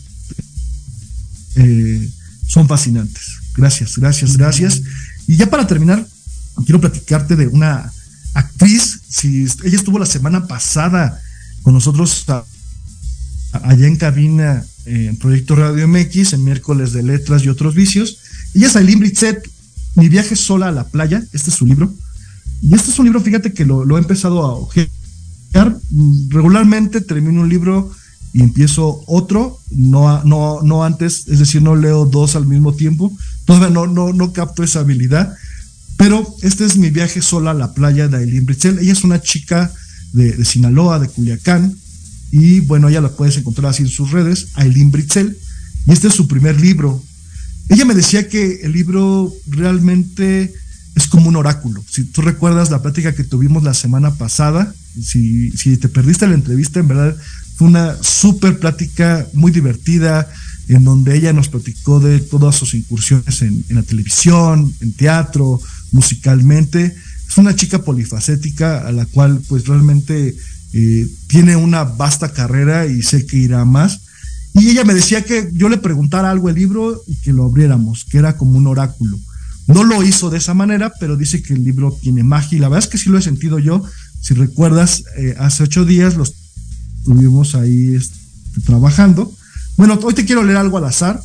son fascinantes. Gracias. Y ya para terminar, quiero platicarte de una actriz. Ella estuvo la semana pasada con nosotros allá en cabina en Proyecto Radio MX, en Miércoles de Letras y Otros Vicios. Ella es Ailín Britset, Mi viaje sola a la playa. Este es su libro. Y este es un libro, fíjate que lo he empezado a ojear. Regularmente termino un libro y empiezo otro, no antes, es decir, no leo dos al mismo tiempo. Todavía no capto esa habilidad. Pero este es Mi viaje sola a la playa, de Ailín Britset. Ella es una chica de Sinaloa, de Culiacán. Y bueno, ella la puedes encontrar así en sus redes, Ailín Britset. Y este es su primer libro. Ella me decía que el libro realmente es como un oráculo. Si tú recuerdas la plática que tuvimos la semana pasada, si te perdiste la entrevista, en verdad fue una súper plática muy divertida, en donde ella nos platicó de todas sus incursiones en la televisión, en teatro, musicalmente. Es una chica polifacética a la cual pues realmente tiene una vasta carrera y sé que irá más. Y ella me decía que yo le preguntara algo del libro y que lo abriéramos, que era como un oráculo. No lo hizo de esa manera, pero dice que el libro tiene magia, y la verdad es que sí lo he sentido yo. Si recuerdas, hace 8 días los estuvimos ahí trabajando. Bueno, hoy te quiero leer algo al azar,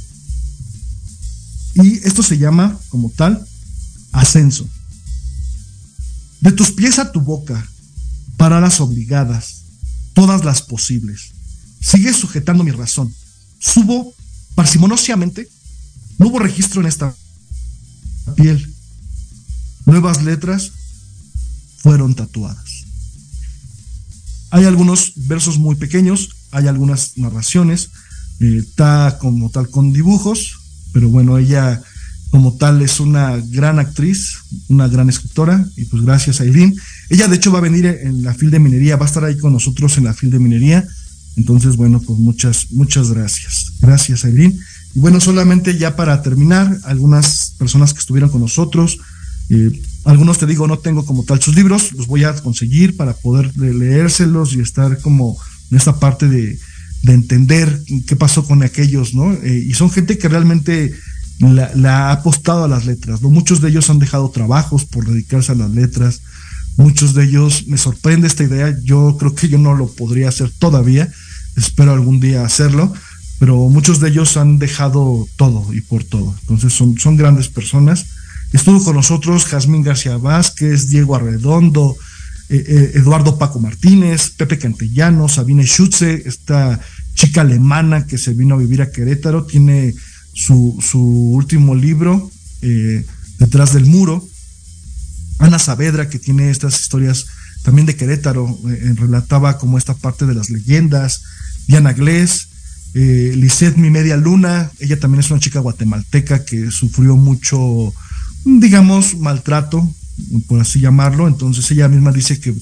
y esto se llama, como tal, Ascenso. De tus pies a tu boca, paradas obligadas, todas las posibles. Sigues sujetando mi razón. Subo parsimoniosamente. No hubo registro en esta piel. Nuevas letras fueron tatuadas. Hay algunos versos muy pequeños, hay algunas narraciones, está como tal con dibujos, pero bueno, ella como tal es una gran actriz, una gran escritora, y pues gracias a Ailín. Ella de hecho va a venir en la FIL de Minería, va a estar ahí con nosotros en la FIL de Minería. Entonces, bueno, pues muchas gracias. Gracias, Ailín. Y bueno, solamente ya para terminar, algunas personas que estuvieron con nosotros, algunos te digo, no tengo como tal sus libros, los voy a conseguir para poder leérselos y estar como en esta parte de entender qué pasó con aquellos, ¿no? Y son gente que realmente la ha apostado a las letras, ¿no? Muchos de ellos han dejado trabajos por dedicarse a las letras. Muchos de ellos, me sorprende esta idea, yo creo que yo no lo podría hacer todavía, espero algún día hacerlo, pero muchos de ellos han dejado todo y por todo. Entonces son grandes personas. Estuvo con nosotros Jazmín García Vázquez, Diego Arredondo, Eduardo Paco Martínez, Pepe Cantellano, Sabine Schutze, esta chica alemana que se vino a vivir a Querétaro, tiene su último libro, Detrás del Muro. Ana Saavedra, que tiene estas historias también de Querétaro, relataba como esta parte de las leyendas. Diana Glés, Lisette Mi Media Luna, ella también es una chica guatemalteca que sufrió mucho, digamos, maltrato, por así llamarlo. Entonces ella misma dice que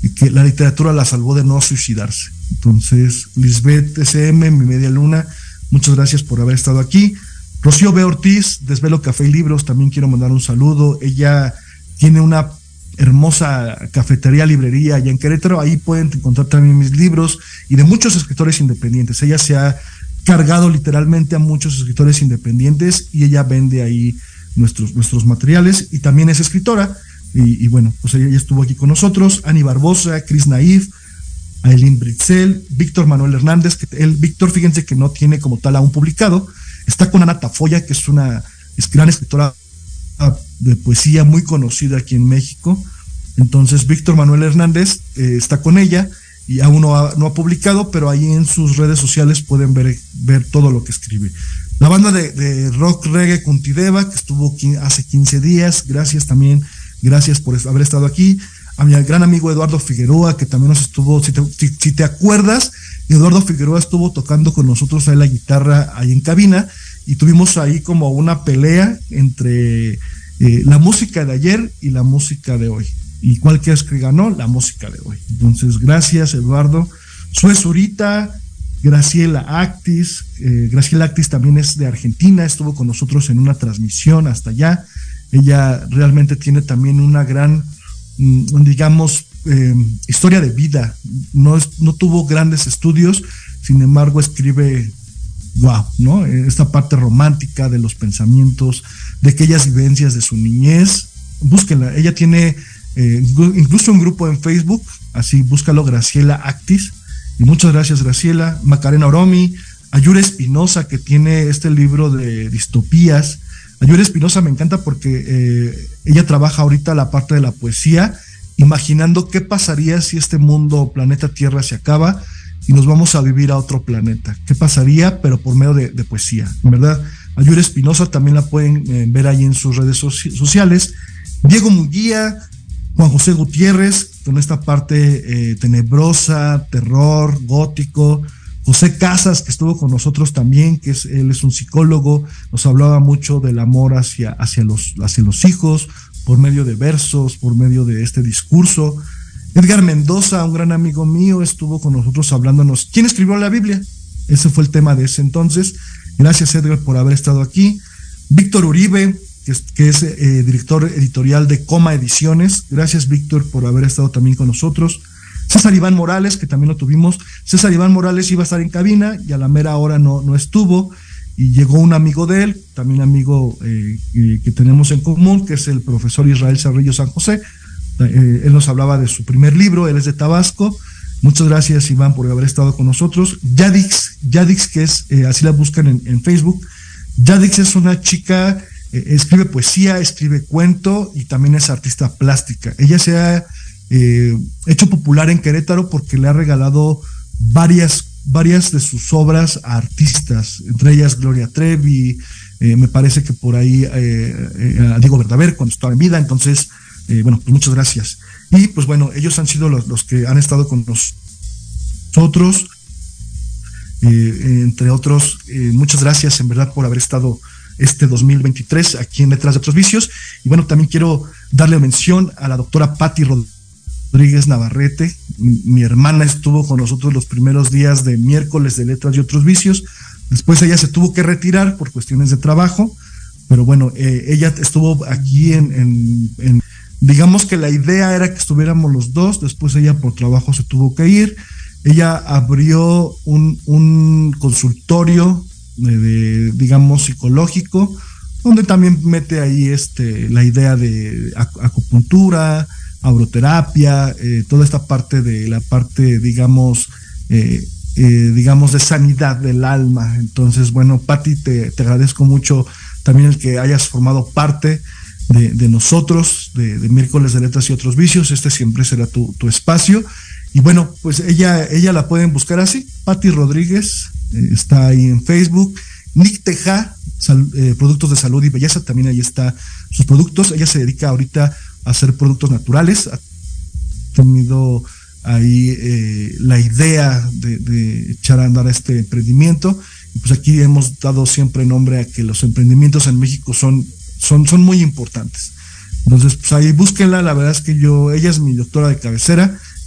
que la literatura la salvó de no suicidarse. Entonces, Lisbeth SM, mi media luna, muchas gracias por haber estado aquí. Rocío B. Ortiz, Desvelo Café y Libros, también quiero mandar un saludo. Ella tiene una hermosa cafetería, librería allá en Querétaro. Ahí pueden encontrar también mis libros y de muchos escritores independientes. Ella se ha cargado literalmente a muchos escritores independientes y ella vende ahí nuestros materiales, y también es escritora. Y bueno, pues ella estuvo aquí con nosotros. Ani Barbosa, Chris Naif, Aileen Britzel, Víctor Manuel Hernández, que Víctor, fíjense que no tiene como tal aún publicado. Está con Ana Tafoya, que es una gran escritora de poesía muy conocida aquí en México. Entonces Víctor Manuel Hernández está con ella y aún no ha publicado, pero ahí en sus redes sociales pueden ver todo lo que escribe. La banda de rock reggae Cuntideva, que estuvo hace 15 días, gracias por haber estado aquí. A mi gran amigo Eduardo Figueroa, que también nos estuvo, si te acuerdas, Eduardo Figueroa estuvo tocando con nosotros ahí la guitarra ahí en cabina, y tuvimos ahí como una pelea entre la música de ayer y la música de hoy. ¿Y cuál crees que ganó? La música de hoy. Entonces, gracias, Eduardo. Sue Zurita, Graciela Actis. Graciela Actis también es de Argentina, estuvo con nosotros en una transmisión hasta allá. Ella realmente tiene también una gran, digamos, historia de vida. No tuvo grandes estudios, sin embargo escribe, wow, ¿no? Esta parte romántica de los pensamientos, de aquellas vivencias de su niñez. Búsquenla, ella tiene incluso un grupo en Facebook, así búscalo, Graciela Actis. Y muchas gracias, Graciela. Macarena Oromi, Ayura Espinosa, que tiene este libro de distopías. Ayura Espinosa me encanta porque ella trabaja ahorita la parte de la poesía, imaginando qué pasaría si este mundo, planeta Tierra, se acaba y nos vamos a vivir a otro planeta. ¿Qué pasaría? Pero por medio de poesía, ¿verdad? Ayura Espinosa también la pueden ver ahí en sus redes sociales. Diego Munguía, Juan José Gutiérrez, con esta parte tenebrosa, terror, gótico. José Casas, que estuvo con nosotros también, él es un psicólogo, nos hablaba mucho del amor hacia los hijos, por medio de versos, por medio de este discurso. Edgar Mendoza, un gran amigo mío, estuvo con nosotros hablándonos. ¿Quién escribió la Biblia? Ese fue el tema de ese entonces. Gracias, Edgar, por haber estado aquí. Víctor Uribe, que es director editorial de Coma Ediciones. Gracias, Víctor, por haber estado también con nosotros. César Iván Morales, que también lo tuvimos. César Iván Morales iba a estar en cabina y a la mera hora no estuvo, y llegó un amigo de él, también amigo que tenemos en común, que es el profesor Israel Cerrillo San José. Él nos hablaba de su primer libro, él es de Tabasco. Muchas gracias, Iván, por haber estado con nosotros. Yadix, que es, así la buscan en Facebook. Yadix es una chica, escribe poesía, escribe cuento y también es artista plástica. Ella se ha hecho popular en Querétaro porque le ha regalado varias de sus obras a artistas, entre ellas Gloria Trevi, me parece que por ahí a Diego Verdaver cuando estaba en vida. Entonces, bueno, pues muchas gracias. Y pues bueno, ellos han sido los que han estado con nosotros, entre otros. Muchas gracias en verdad por haber estado este 2023 aquí en Letras de Otros Vicios. Y bueno, también quiero darle mención a la doctora Patti Rodríguez Navarrete. Mi hermana estuvo con nosotros los primeros días de miércoles de Letras y Otros Vicios. Después ella se tuvo que retirar por cuestiones de trabajo, pero bueno, ella estuvo aquí digamos que la idea era que estuviéramos los dos. Después ella por trabajo se tuvo que ir. Ella abrió un consultorio digamos psicológico, donde también mete ahí la idea de acupuntura, auroterapia, toda esta parte de la parte, digamos de sanidad del alma. Entonces, bueno, Patti, te agradezco mucho también el que hayas formado parte de nosotros, de Miércoles de Letras y Otros Vicios. Siempre será tu espacio. Y bueno, pues ella la pueden buscar así, Patti Rodríguez, está ahí en Facebook. Nick Teja, productos de salud y belleza, también ahí está sus productos. Ella se dedica ahorita a hacer productos naturales. Ha tenido ahí la idea de echar a andar este emprendimiento, y pues aquí hemos dado siempre nombre a que los emprendimientos en México son muy importantes. Entonces, pues ahí búsquenla. La verdad es que ella es mi doctora de cabecera,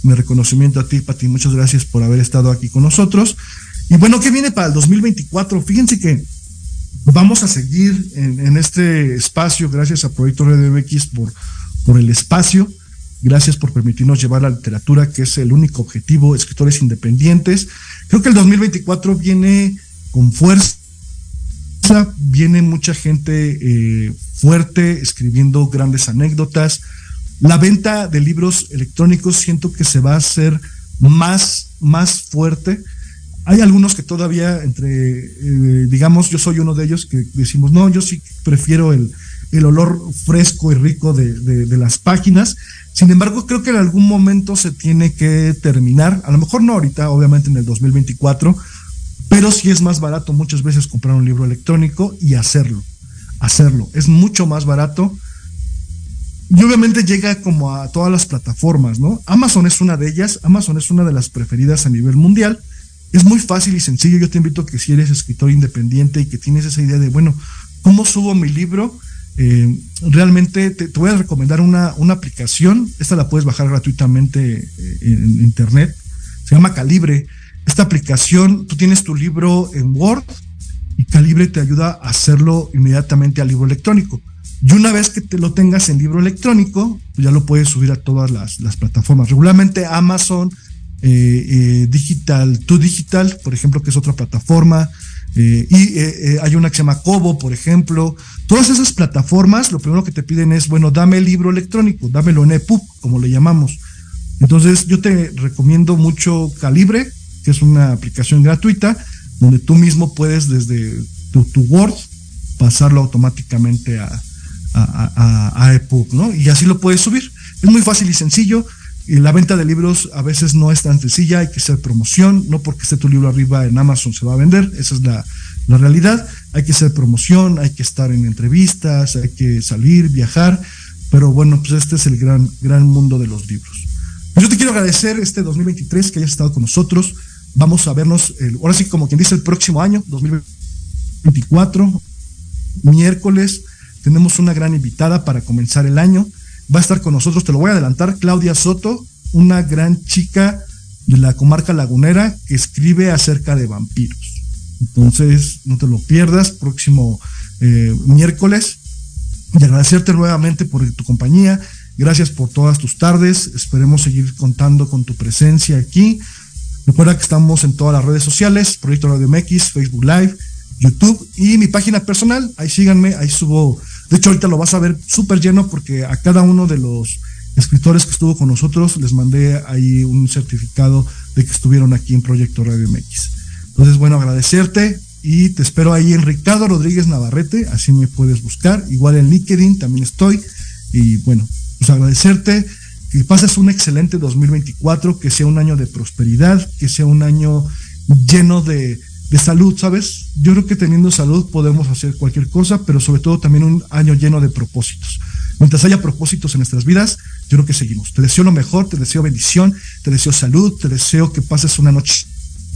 Mi reconocimiento a ti, Pati, muchas gracias por haber estado aquí con nosotros. Y bueno, ¿qué viene para el 2024? Fíjense que vamos a seguir en este espacio, gracias a Proyecto Radio MX por el espacio, gracias por permitirnos llevar la literatura, que es el único objetivo, escritores independientes. Creo que el 2024 viene con fuerza, viene mucha gente fuerte, escribiendo grandes anécdotas. La venta de libros electrónicos siento que se va a hacer más fuerte. Hay algunos que todavía digamos, yo soy uno de ellos que decimos, no, yo sí prefiero el olor fresco y rico de las páginas. Sin embargo, creo que en algún momento se tiene que terminar, a lo mejor no ahorita, obviamente en el 2024, pero sí es más barato muchas veces comprar un libro electrónico y hacerlo. Es mucho más barato. Y obviamente llega como a todas las plataformas, ¿no? Amazon es una de ellas, Amazon es una de las preferidas a nivel mundial. Es muy fácil y sencillo. Yo te invito a que si eres escritor independiente y que tienes esa idea de, bueno, ¿cómo subo mi libro? Realmente te voy a recomendar una aplicación. Esta la puedes bajar gratuitamente en internet. Se llama Calibre. Esta aplicación, tú tienes tu libro en Word y Calibre te ayuda a hacerlo inmediatamente al libro electrónico. Y una vez que te lo tengas en libro electrónico, pues ya lo puedes subir a todas las plataformas. Regularmente Amazon, Tu Digital, por ejemplo, que es otra plataforma, y hay una que se llama Kobo, por ejemplo. Todas esas plataformas, lo primero que te piden es, bueno, dame el libro electrónico, dámelo en EPUB, como le llamamos. Entonces yo te recomiendo mucho Calibre, que es una aplicación gratuita, donde tú mismo puedes desde tu Word pasarlo automáticamente a EPUB, ¿no? Y así lo puedes subir. Es muy fácil y sencillo. Y la venta de libros a veces no es tan sencilla, hay que hacer promoción, no porque esté tu libro arriba en Amazon se va a vender, esa es la realidad. Hay que hacer promoción, hay que estar en entrevistas, hay que salir, viajar, pero bueno, pues este es el gran mundo de los libros. Pues yo te quiero agradecer este 2023 que hayas estado con nosotros. Vamos a vernos, ahora sí, como quien dice, el próximo año, 2024, miércoles. Tenemos una gran invitada para comenzar el año. Va a estar con nosotros, te lo voy a adelantar, Claudia Soto, una gran chica de la comarca lagunera que escribe acerca de vampiros. Entonces, no te lo pierdas, próximo miércoles. Y agradecerte nuevamente por tu compañía. Gracias por todas tus tardes. Esperemos seguir contando con tu presencia aquí. Recuerda que estamos en todas las redes sociales, Proyecto Radio MX, Facebook Live, YouTube y mi página personal. Ahí síganme, ahí subo. De hecho, ahorita lo vas a ver súper lleno porque a cada uno de los escritores que estuvo con nosotros les mandé ahí un certificado de que estuvieron aquí en Proyecto Radio MX. Entonces, bueno, agradecerte y te espero ahí en Ricardo Rodríguez Navarrete, así me puedes buscar. Igual en LinkedIn también estoy. Y bueno, pues agradecerte, que pases un excelente 2024, que sea un año de prosperidad, que sea un año lleno de salud, ¿sabes? Yo creo que teniendo salud podemos hacer cualquier cosa, pero sobre todo también un año lleno de propósitos. Mientras haya propósitos en nuestras vidas, yo creo que seguimos. Te deseo lo mejor, te deseo bendición, te deseo salud, te deseo que pases una noche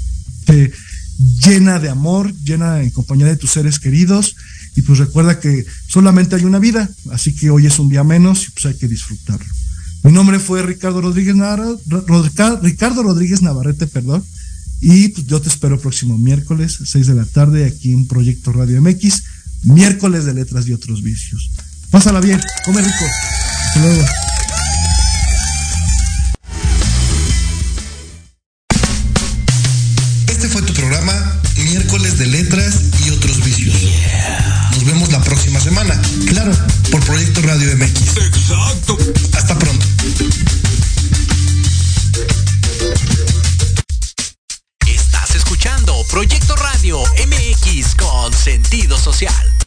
llena de amor, llena en compañía de tus seres queridos, y pues recuerda que solamente hay una vida, así que hoy es un día menos y pues hay que disfrutarlo. Mi nombre fue Ricardo Rodríguez Navarrete, y pues yo te espero el próximo miércoles, 6 de la tarde, aquí en Proyecto Radio MX, miércoles de letras y otros vicios. Pásala bien, come rico. Hasta luego. Este fue tu programa, miércoles de letras y otros vicios. Nos vemos la próxima semana, claro, por Proyecto Radio MX. Exacto. Hasta pronto. Estás escuchando Proyecto Radio MX con sentido social.